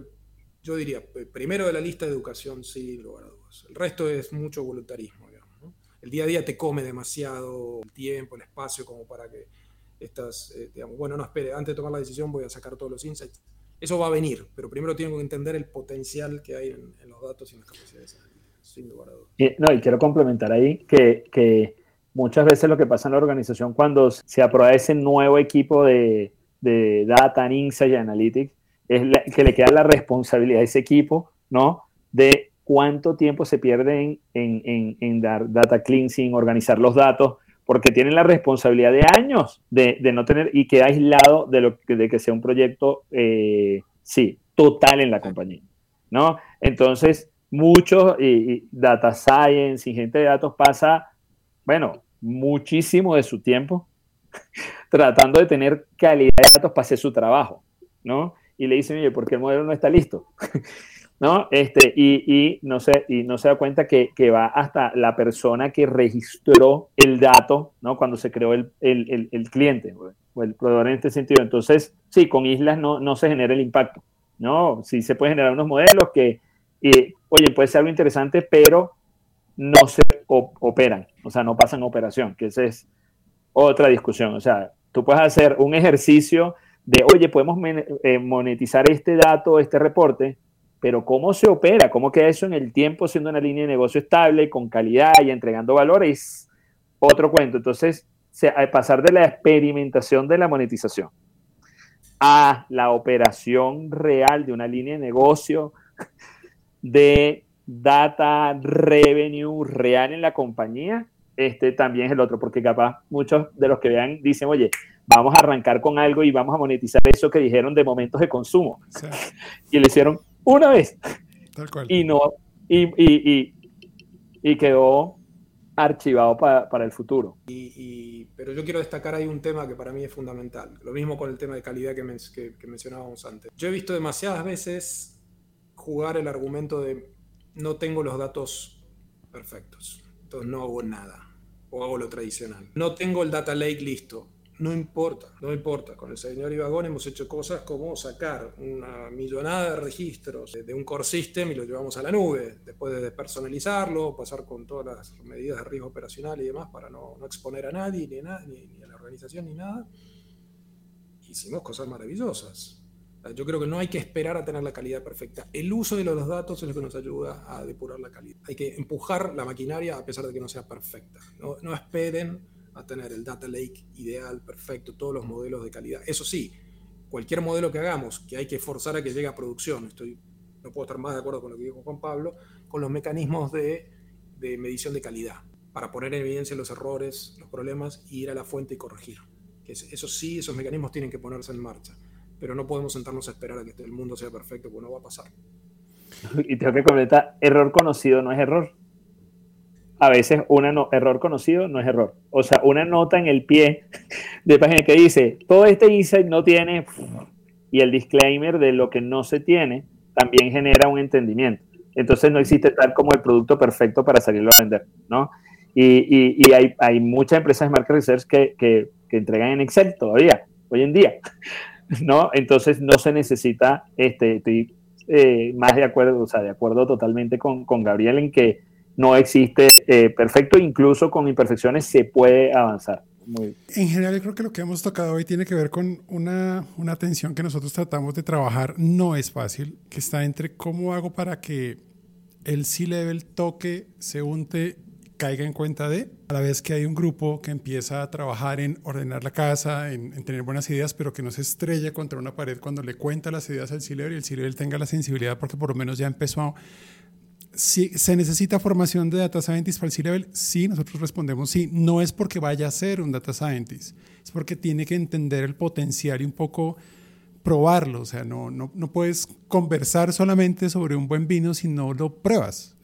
[SPEAKER 3] Yo diría, primero de la lista de educación, sin lugar a dudas. El resto es mucho voluntarismo, digamos, ¿no? El día a día te come demasiado el tiempo, el espacio, como para que estás, digamos, bueno, no espere, antes de tomar la decisión voy a sacar todos los insights. Eso va a venir, pero primero tengo que entender el potencial que hay en los datos y en las capacidades analíticas, sin lugar a dudas.
[SPEAKER 2] Y quiero complementar ahí que muchas veces lo que pasa en la organización cuando se aprueba ese nuevo equipo de Data, Insight y Analytics, es que le queda la responsabilidad a ese equipo, ¿no? De cuánto tiempo se pierde en dar data cleansing, organizar los datos, porque tienen la responsabilidad de años de no tener, y queda aislado de que sea un proyecto, sí, total en la compañía, ¿no? Entonces, muchos data science y gente de datos pasa, bueno, muchísimo de su tiempo tratando de tener calidad de datos para hacer su trabajo, ¿no? Y le dicen, oye, ¿por qué el modelo no está listo? ¿No? Y no se da cuenta que va hasta la persona que registró el dato, ¿no? Cuando se creó el cliente o el proveedor en este sentido. Entonces, sí, con islas no se genera el impacto, ¿no? Sí se puede generar unos modelos que, oye, puede ser algo interesante, pero no se operan, o sea, no pasan operación, que esa es otra discusión. O sea, tú puedes hacer un ejercicio de, oye, podemos monetizar este dato, este reporte, pero ¿cómo se opera? ¿Cómo queda eso en el tiempo siendo una línea de negocio estable, con calidad y entregando valor? Es otro cuento. Entonces, pasar de la experimentación de la monetización a la operación real de una línea de negocio, de data revenue real en la compañía, también es el otro, porque capaz muchos de los que vean dicen, oye, vamos a arrancar con algo y vamos a monetizar eso que dijeron de momentos de consumo. Sí. Y lo hicieron una vez.
[SPEAKER 1] Tal cual.
[SPEAKER 2] Y quedó archivado para el futuro.
[SPEAKER 3] Pero yo quiero destacar ahí un tema que para mí es fundamental. Lo mismo con el tema de calidad que mencionábamos antes. Yo he visto demasiadas veces jugar el argumento de no tengo los datos perfectos, entonces no hago nada, o hago lo tradicional. No tengo el data lake listo. No importa. Con el señor Ibagón hemos hecho cosas como sacar una millonada de registros de un core system y lo llevamos a la nube, después de despersonalizarlo, pasar con todas las medidas de riesgo operacional y demás para no exponer a nadie, ni a la organización, ni nada. Hicimos cosas maravillosas. Yo creo que no hay que esperar a tener la calidad perfecta. El uso de los datos es lo que nos ayuda a depurar la calidad. Hay que empujar la maquinaria a pesar de que no sea perfecta. No esperen a tener el data lake ideal, perfecto, todos los modelos de calidad. Eso sí, cualquier modelo que hagamos, que hay que forzar a que llegue a producción, no puedo estar más de acuerdo con lo que dijo Juan Pablo, con los mecanismos de medición de calidad, para poner en evidencia los errores, los problemas, y ir a la fuente y corregir. Eso sí, esos mecanismos tienen que ponerse en marcha, pero no podemos sentarnos a esperar a que el mundo sea perfecto, porque no va a pasar.
[SPEAKER 2] Y tengo que comentar, error conocido no es error. a veces error conocido no es error. O sea, una nota en el pie de página que dice, todo este insight no tiene, y el disclaimer de lo que no se tiene, también genera un entendimiento. Entonces no existe tal como el producto perfecto para salirlo a vender, ¿no? Y hay muchas empresas de market research que entregan en Excel todavía, hoy en día, ¿no? Entonces no se necesita, estoy más de acuerdo, o sea, de acuerdo totalmente con Gabriel en que no existe perfecto, incluso con imperfecciones se puede avanzar.
[SPEAKER 1] En general, yo creo que lo que hemos tocado hoy tiene que ver con una tensión que nosotros tratamos de trabajar. No es fácil, que está entre cómo hago para que el C-Level toque, se unte, caiga en cuenta de, a la vez que hay un grupo que empieza a trabajar en ordenar la casa, en tener buenas ideas, pero que no se estrella contra una pared cuando le cuenta las ideas al C-Level y el C-Level tenga la sensibilidad porque por lo menos ya empezó a... Si se necesita formación de data scientist para el C-Level, sí, nosotros respondemos sí. No es porque vaya a ser un data scientist, es porque tiene que entender el potencial y un poco probarlo. O sea, no puedes conversar solamente sobre un buen vino si no lo pruebas.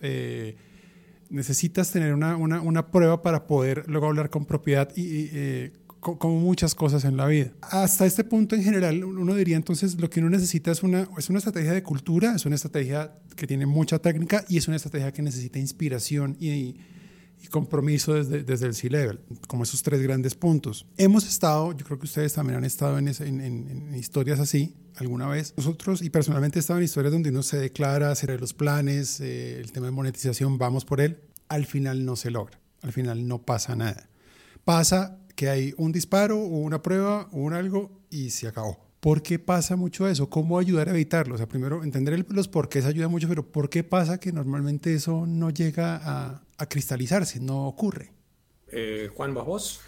[SPEAKER 1] Necesitas tener una prueba para poder luego hablar con propiedad y como muchas cosas en la vida. Hasta este punto en general uno diría entonces lo que uno necesita es una estrategia de cultura, es una estrategia que tiene mucha técnica y es una estrategia que necesita inspiración y compromiso desde el C-Level, como esos tres grandes puntos. Hemos estado, yo creo que ustedes también han estado en historias así alguna vez. Nosotros y personalmente he estado en historias donde uno se declara, hacer los planes, el tema de monetización, vamos por él, al final no se logra, al final no pasa nada. Pasa que hay un disparo o una prueba o un algo y se acabó. ¿Por qué pasa mucho eso? ¿Cómo ayudar a evitarlo? O sea, primero entender los porqués ayuda mucho, pero ¿por qué pasa que normalmente eso no llega a cristalizarse, no ocurre?
[SPEAKER 3] Juan, ¿vas vos?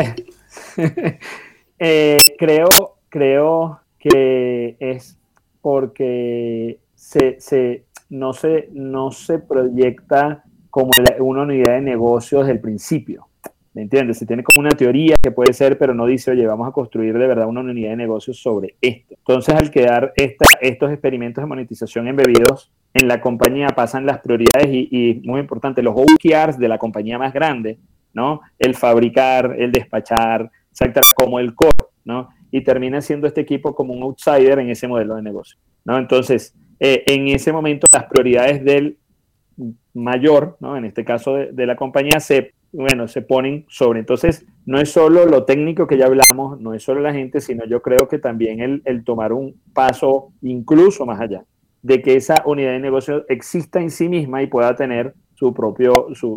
[SPEAKER 2] Creo que es porque no se proyecta como una unidad de negocio desde el principio. ¿Me entiendes? Se tiene como una teoría que puede ser, pero no dice, oye, vamos a construir de verdad una unidad de negocios sobre esto. Entonces, al quedar estos experimentos de monetización embebidos en la compañía, pasan las prioridades y muy importante, los OKRs de la compañía más grande, ¿no? El fabricar, el despachar, exactamente como el core, ¿no? Y termina siendo este equipo como un outsider en ese modelo de negocio, ¿no? Entonces, en ese momento, las prioridades del mayor, ¿no? En este caso de la compañía, se ponen sobre. Entonces, no es solo lo técnico que ya hablamos, no es solo la gente, sino yo creo que también el tomar un paso incluso más allá, de que esa unidad de negocio exista en sí misma y pueda tener su propio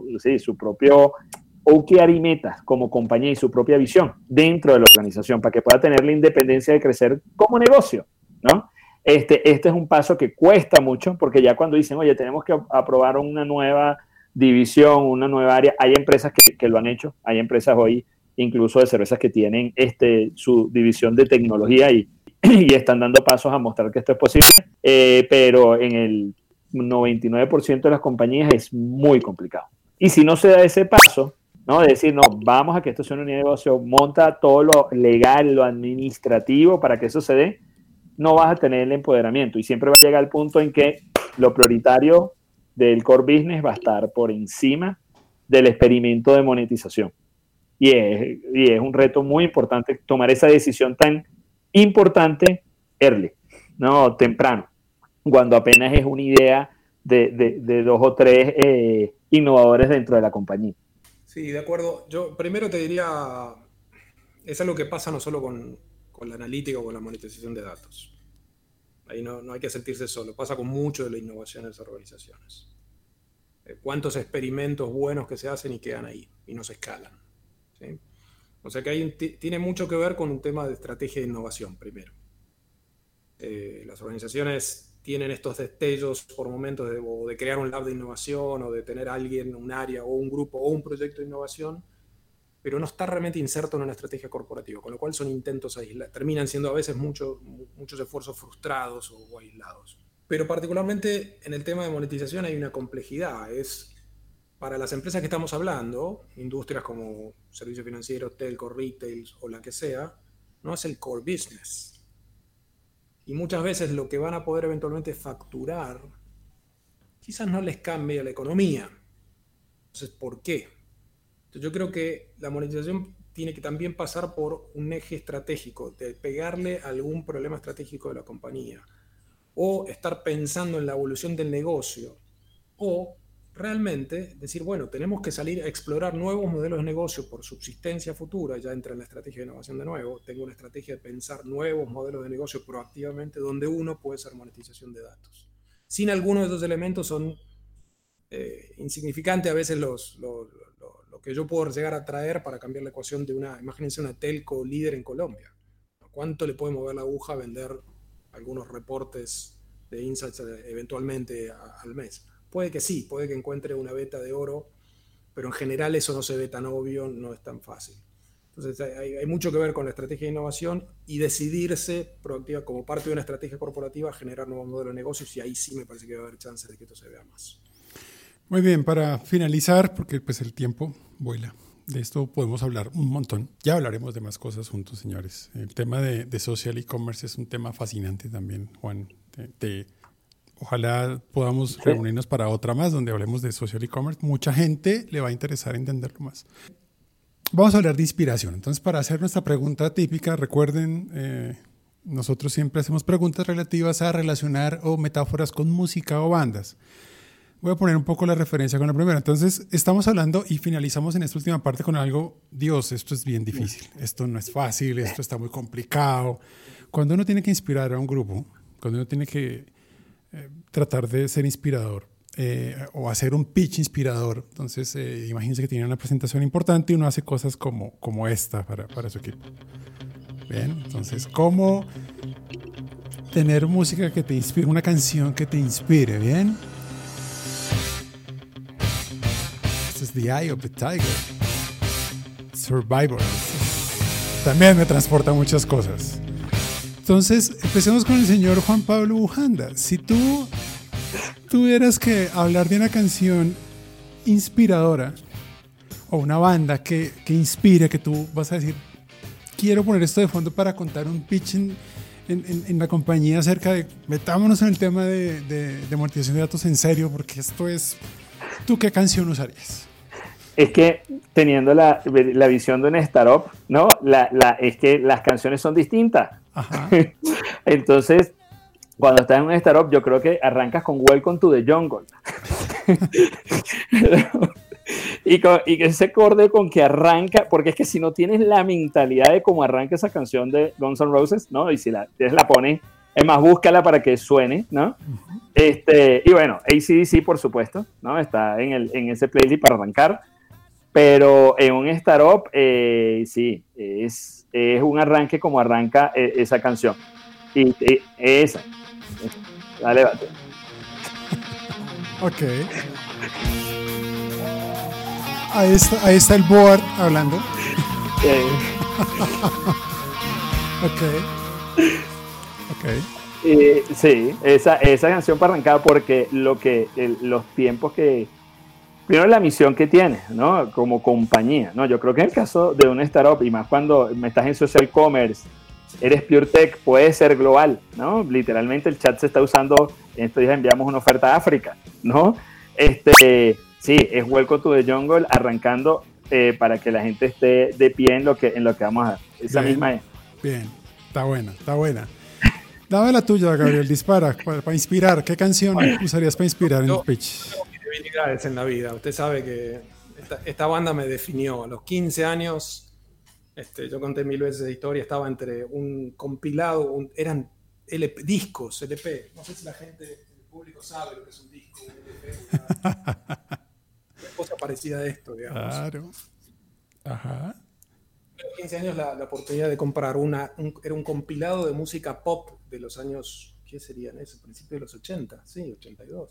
[SPEAKER 2] OKR y metas como compañía y su propia visión dentro de la organización para que pueda tener la independencia de crecer como negocio, ¿no? Este es un paso que cuesta mucho porque ya cuando dicen, oye, tenemos que aprobar una nueva división, una nueva área, hay empresas que lo han hecho, hay empresas hoy incluso de cervezas que tienen su división de tecnología y están dando pasos a mostrar que esto es posible, pero en el 99% de las compañías es muy complicado. Y si no se da ese paso, ¿no? De decir, no, vamos a que esto sea una unidad de negocio, monta todo lo legal, lo administrativo para que eso se dé, no vas a tener el empoderamiento y siempre va a llegar al punto en que lo prioritario del core business va a estar por encima del experimento de monetización. Y es un reto muy importante tomar esa decisión tan importante early, ¿no? Temprano, cuando apenas es una idea de dos o tres innovadores dentro de la compañía.
[SPEAKER 3] Sí, de acuerdo. Yo primero te diría, es algo que pasa no solo con la analítica o con la monetización de datos. Ahí no hay que sentirse solo, pasa con mucho de la innovación en esas organizaciones. Cuántos experimentos buenos que se hacen y quedan ahí y no se escalan, ¿sí? O sea que ahí tiene mucho que ver con un tema de estrategia de innovación primero. Las organizaciones tienen estos destellos por momentos de crear un lab de innovación o de tener alguien, un área o un grupo o un proyecto de innovación, pero no está realmente inserto en una estrategia corporativa, con lo cual son intentos aislados, terminan siendo a veces muchos esfuerzos frustrados o aislados. Pero particularmente en el tema de monetización hay una complejidad. Es para las empresas que estamos hablando, industrias como servicios financieros, telco, retail o la que sea, no es el core business. Y muchas veces lo que van a poder eventualmente facturar quizás no les cambie la economía. O Entonces, ¿por qué? Entonces, yo creo que la monetización tiene que también pasar por un eje estratégico, de pegarle a algún problema estratégico de la compañía, o estar pensando en la evolución del negocio, o realmente decir, bueno, tenemos que salir a explorar nuevos modelos de negocio por subsistencia futura, ya entra en la estrategia de innovación de nuevo, tengo una estrategia de pensar nuevos modelos de negocio proactivamente donde uno puede ser monetización de datos. Sin alguno de esos elementos son insignificantes a veces lo que yo puedo llegar a traer para cambiar la ecuación de imagínense una telco líder en Colombia. ¿Cuánto le puede mover la aguja a vender algunos reportes de insights eventualmente al mes? Puede que sí, puede que encuentre una beta de oro, pero en general eso no se ve tan obvio, no es tan fácil. Entonces hay mucho que ver con la estrategia de innovación y decidirse proactiva como parte de una estrategia corporativa a generar nuevos modelos de negocios, y ahí sí me parece que va a haber chances de que esto se vea más.
[SPEAKER 1] Muy bien, para finalizar, porque pues el tiempo vuela, de esto podemos hablar un montón. Ya hablaremos de más cosas juntos, señores. El tema de social e-commerce es un tema fascinante también, Juan. Ojalá podamos reunirnos para otra más donde hablemos de social e-commerce. Mucha gente le va a interesar entenderlo más. Vamos a hablar de inspiración. Entonces, para hacer nuestra pregunta típica, recuerden, nosotros siempre hacemos preguntas relativas a relacionar o metáforas con música o bandas. Voy a poner un poco la referencia con la primera. Entonces, estamos hablando y finalizamos en esta última parte con algo, Dios, esto es bien difícil, esto no es fácil, esto está muy complicado. Cuando uno tiene que inspirar a un grupo, cuando uno tiene que tratar de ser inspirador o hacer un pitch inspirador, entonces imagínense que tiene una presentación importante y uno hace cosas como esta para su equipo. Bien, entonces, ¿cómo tener música que te inspire, una canción que te inspire? Bien. Este es The Eye of the Tiger. Survivor. También me transporta muchas cosas. Entonces, empecemos con el señor Juan Pablo Bujanda. Si tú tuvieras que hablar de una canción inspiradora o una banda que inspire, que tú vas a decir, quiero poner esto de fondo para contar un pitch en la compañía acerca de, metámonos en el tema de monetización de datos en serio, porque esto es, ¿tú qué canción usarías?
[SPEAKER 2] Es que teniendo la visión de una startup, ¿no? Es que las canciones son distintas.
[SPEAKER 1] Ajá.
[SPEAKER 2] Entonces, cuando estás en una startup, yo creo que arrancas con Welcome to the Jungle. y que ese acorde con que arranca, porque es que si no tienes la mentalidad de cómo arranca esa canción de Guns N' Roses, ¿no? Y si la pones, es más, búscala para que suene, ¿no? Y bueno, AC/DC, por supuesto, ¿no? Está en ese playlist para arrancar. Pero en un startup, sí, es un arranque como arranca esa canción. Y esa. Dale, bate.
[SPEAKER 1] Ok. Ahí está el board hablando. Ok.
[SPEAKER 2] Sí, esa canción para arrancar, porque los tiempos que... Primero, la misión que tienes, ¿no? Como compañía, ¿no? Yo creo que en el caso de una startup, y más cuando estás en social commerce, eres pure tech, puede ser global, ¿no? Literalmente el chat se está usando, en estos días enviamos una oferta a África, ¿no? Sí, es Welcome to the Jungle, arrancando para que la gente esté de pie en lo que vamos a dar. Esa
[SPEAKER 1] bien,
[SPEAKER 2] misma es.
[SPEAKER 1] Bien, está buena. Dame la tuya, Gabriel, dispara, para inspirar. ¿Qué canción usarías para inspirar en el pitch?
[SPEAKER 3] Debilidades en la vida. Usted sabe que esta banda me definió. A los 15 años, yo conté 1000 veces de historia, estaba entre un compilado, eran discos, LP. No sé si la gente, el público sabe lo que es un disco, un LP. Una cosa parecida a esto, digamos.
[SPEAKER 1] Claro. Ajá.
[SPEAKER 3] A los 15 años la oportunidad de comprar era un compilado de música pop de los años, ¿qué serían eso? Principios de los 80, sí, 82.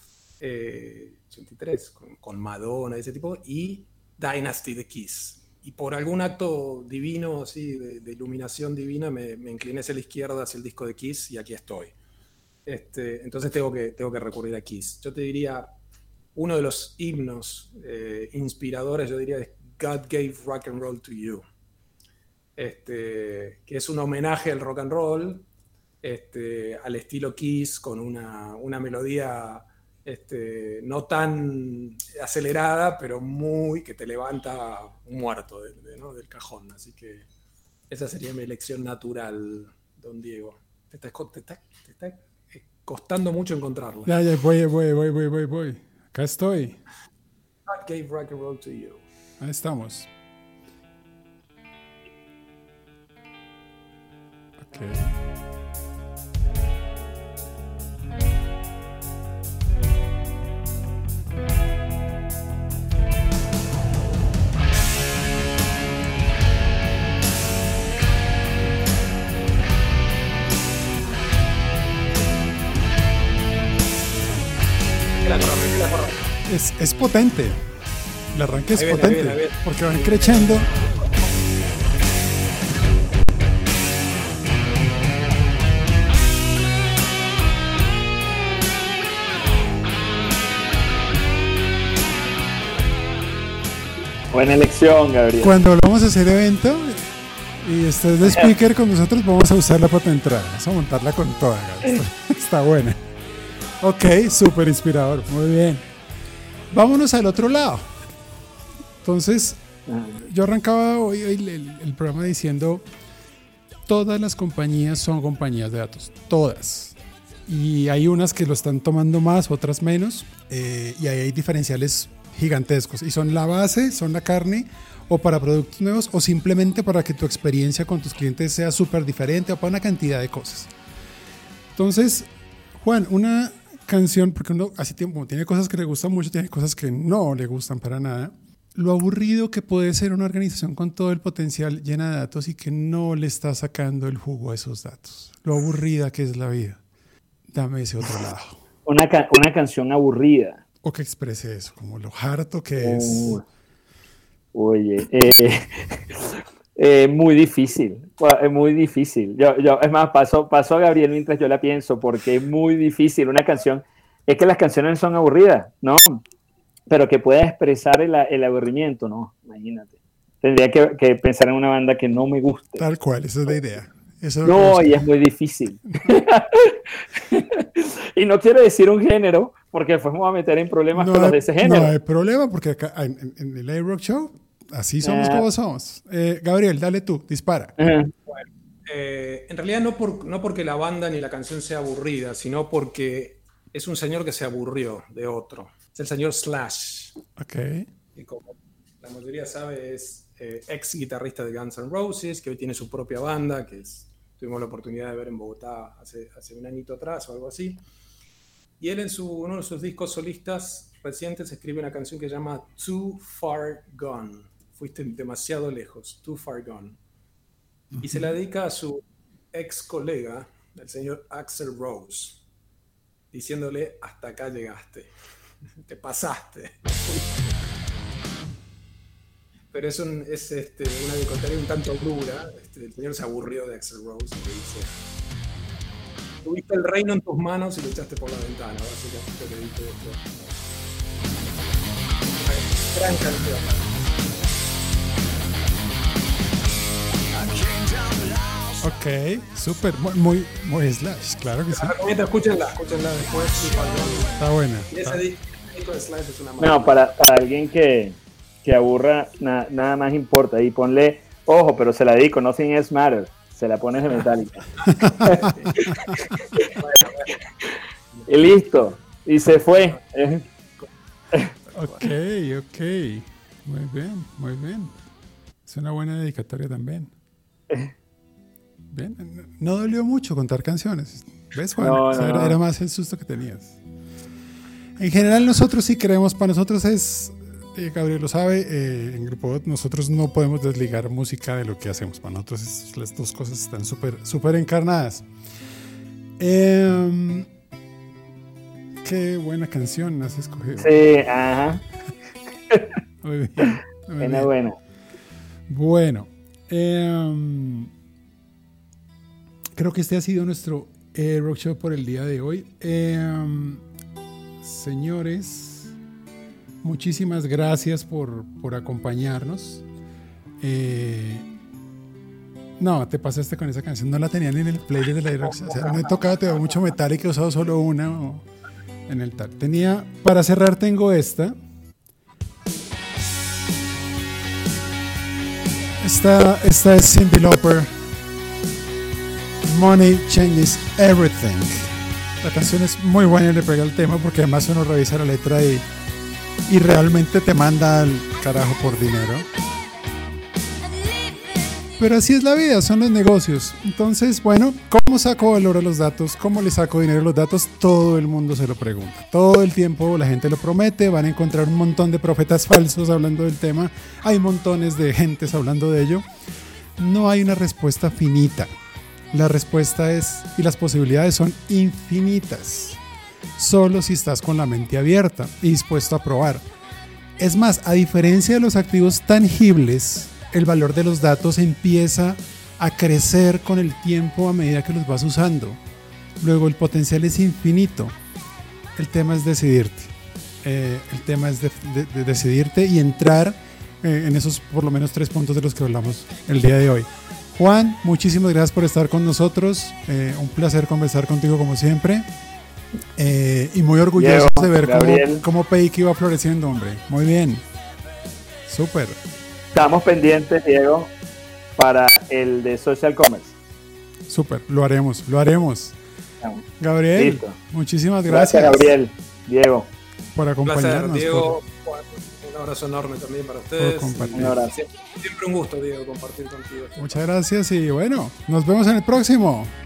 [SPEAKER 3] 83, con Madonna, ese tipo, y Dynasty de Kiss. Y por algún acto divino, así, de iluminación divina, me incliné hacia la izquierda, hacia el disco de Kiss, y aquí estoy. Entonces tengo que recurrir a Kiss. Yo te diría, uno de los himnos inspiradores, yo diría, es God Gave Rock and Roll to You. Que es un homenaje al rock and roll, al estilo Kiss, con una melodía no tan acelerada, pero que te levanta un muerto ¿no? del cajón. Así que esa sería mi elección natural, don Diego. Te está costando mucho encontrarla.
[SPEAKER 1] Ya, voy. Acá estoy.
[SPEAKER 3] God gave rock and roll to you.
[SPEAKER 1] Ahí estamos. Ok. Es potente. El arranque es potente. Porque van creciendo.
[SPEAKER 2] Buena elección, Gabriel.
[SPEAKER 1] Cuando vamos a hacer evento y estés de speaker con nosotros, vamos a usarla para tu entrada. Vamos a montarla con toda. Está buena. Ok, súper inspirador. Muy bien. Vámonos al otro lado. Entonces, yo arrancaba hoy el programa diciendo: todas las compañías son compañías de datos. Todas. Y hay unas que lo están tomando más, otras menos. Y ahí hay diferenciales gigantescos. Y son la base, son la carne, o para productos nuevos, o simplemente para que tu experiencia con tus clientes sea súper diferente, o para una cantidad de cosas. Entonces, Juan, una canción, porque uno así tiene cosas que le gustan mucho, tiene cosas que no le gustan para nada. Lo aburrido que puede ser una organización con todo el potencial llena de datos y que no le está sacando el jugo a esos datos. Lo aburrida que es la vida. Dame ese otro lado.
[SPEAKER 2] Una canción aburrida.
[SPEAKER 1] O que exprese eso, como lo harto que es.
[SPEAKER 2] Oye, muy difícil. Es muy difícil. Es más, paso a Gabriel mientras yo la pienso, porque es muy difícil. Una canción, es que las canciones son aburridas, ¿no? Pero que pueda expresar el aburrimiento, ¿no? Imagínate. Tendría que pensar en una banda que no me guste.
[SPEAKER 1] Tal cual, esa es la idea.
[SPEAKER 2] No, y es muy difícil. Y no quiero decir un género, porque después me voy a meter en problemas con los de ese género.
[SPEAKER 1] No hay problema, porque acá en el A-Rock Show, así somos como somos. Gabriel, dale tú, dispara.
[SPEAKER 3] Bueno, en realidad no porque la banda ni la canción sea aburrida, sino porque es un señor que se aburrió de otro. Es el señor Slash.
[SPEAKER 1] Ok.
[SPEAKER 3] Que como la mayoría sabe es ex guitarrista de Guns N' Roses, que hoy tiene su propia banda, tuvimos la oportunidad de ver en Bogotá hace un añito atrás o algo así. Y él en uno de sus discos solistas recientes escribe una canción que se llama Too Far Gone. Fuiste demasiado lejos, Too Far Gone. Y se la dedica a su ex colega, el señor Axl Rose, diciéndole: hasta acá llegaste, te pasaste. Pero es una dicotomía un tanto dura. El señor se aburrió de Axl Rose y le dice: tuviste el reino en tus manos y lo echaste por la ventana. Básicamente le dice esto. Gran canción.
[SPEAKER 1] Ok, súper, muy Slash, claro que sí.
[SPEAKER 3] Escúchenla después.
[SPEAKER 1] Está buena.
[SPEAKER 3] Y ese disco de Slash es una
[SPEAKER 2] maravilla. No, para alguien que aburra, nada más importa. Y ponle, ojo, pero se la dedico, Nothing Else Matters. Se la pones de Metallica. Y listo. Y se fue.
[SPEAKER 1] Ok. Muy bien. Es una buena dedicatoria también. Bien. No dolió mucho contar canciones. ¿Ves, Juan?
[SPEAKER 2] No.
[SPEAKER 1] Era más el susto que tenías. En general nosotros sí creemos, para nosotros es... Gabriel lo sabe, en Grupo Bot nosotros no podemos desligar música de lo que hacemos. Para nosotros las dos cosas están súper encarnadas. Qué buena canción has escogido.
[SPEAKER 2] Sí, ajá.
[SPEAKER 1] Muy bien.
[SPEAKER 2] Buena.
[SPEAKER 1] Bueno, creo que este ha sido nuestro Rock Show por el día de hoy. Señores, muchísimas gracias por acompañarnos. No, te pasaste con esa canción. No la tenían en el playlist de la Rock. O sea, no he tocado, te veo mucho Metallica, he usado solo una. en el tal. Para cerrar tengo esta. Esta es Cyndi Lauper. Money Changes Everything. La canción es muy buena y le pega el tema porque además uno revisa la letra y realmente te manda al carajo por dinero. Pero así es la vida, son los negocios. Entonces, bueno, ¿cómo saco valor a los datos? ¿Cómo le saco dinero a los datos? Todo el mundo se lo pregunta. Todo el tiempo la gente lo promete. Van a encontrar un montón de profetas falsos hablando del tema. Hay montones de gentes hablando de ello. No hay una respuesta finita. La respuesta es, y las posibilidades son infinitas. Solo si estás con la mente abierta y dispuesto a probar. Es más, a diferencia de los activos tangibles, el valor de los datos empieza a crecer con el tiempo a medida que los vas usando. Luego el potencial es infinito. El tema es decidirte. El tema es de decidirte y entrar en esos por lo menos 3 puntos de los que hablamos el día de hoy. Juan, muchísimas gracias por estar con nosotros. Un placer conversar contigo como siempre. Y muy orgulloso de ver cómo Peiki va floreciendo, hombre. Muy bien. Súper.
[SPEAKER 2] Estamos pendientes, Diego, para el de Social Commerce.
[SPEAKER 1] Súper, lo haremos. Gabriel,
[SPEAKER 2] listo.
[SPEAKER 1] Muchísimas gracias.
[SPEAKER 2] Gabriel, Diego.
[SPEAKER 1] Por acompañarnos.
[SPEAKER 3] Un placer, Diego. Un abrazo enorme también para ustedes.
[SPEAKER 2] Un abrazo.
[SPEAKER 3] Siempre un gusto, Diego, compartir contigo.
[SPEAKER 1] Muchas gracias y bueno, nos vemos en el próximo.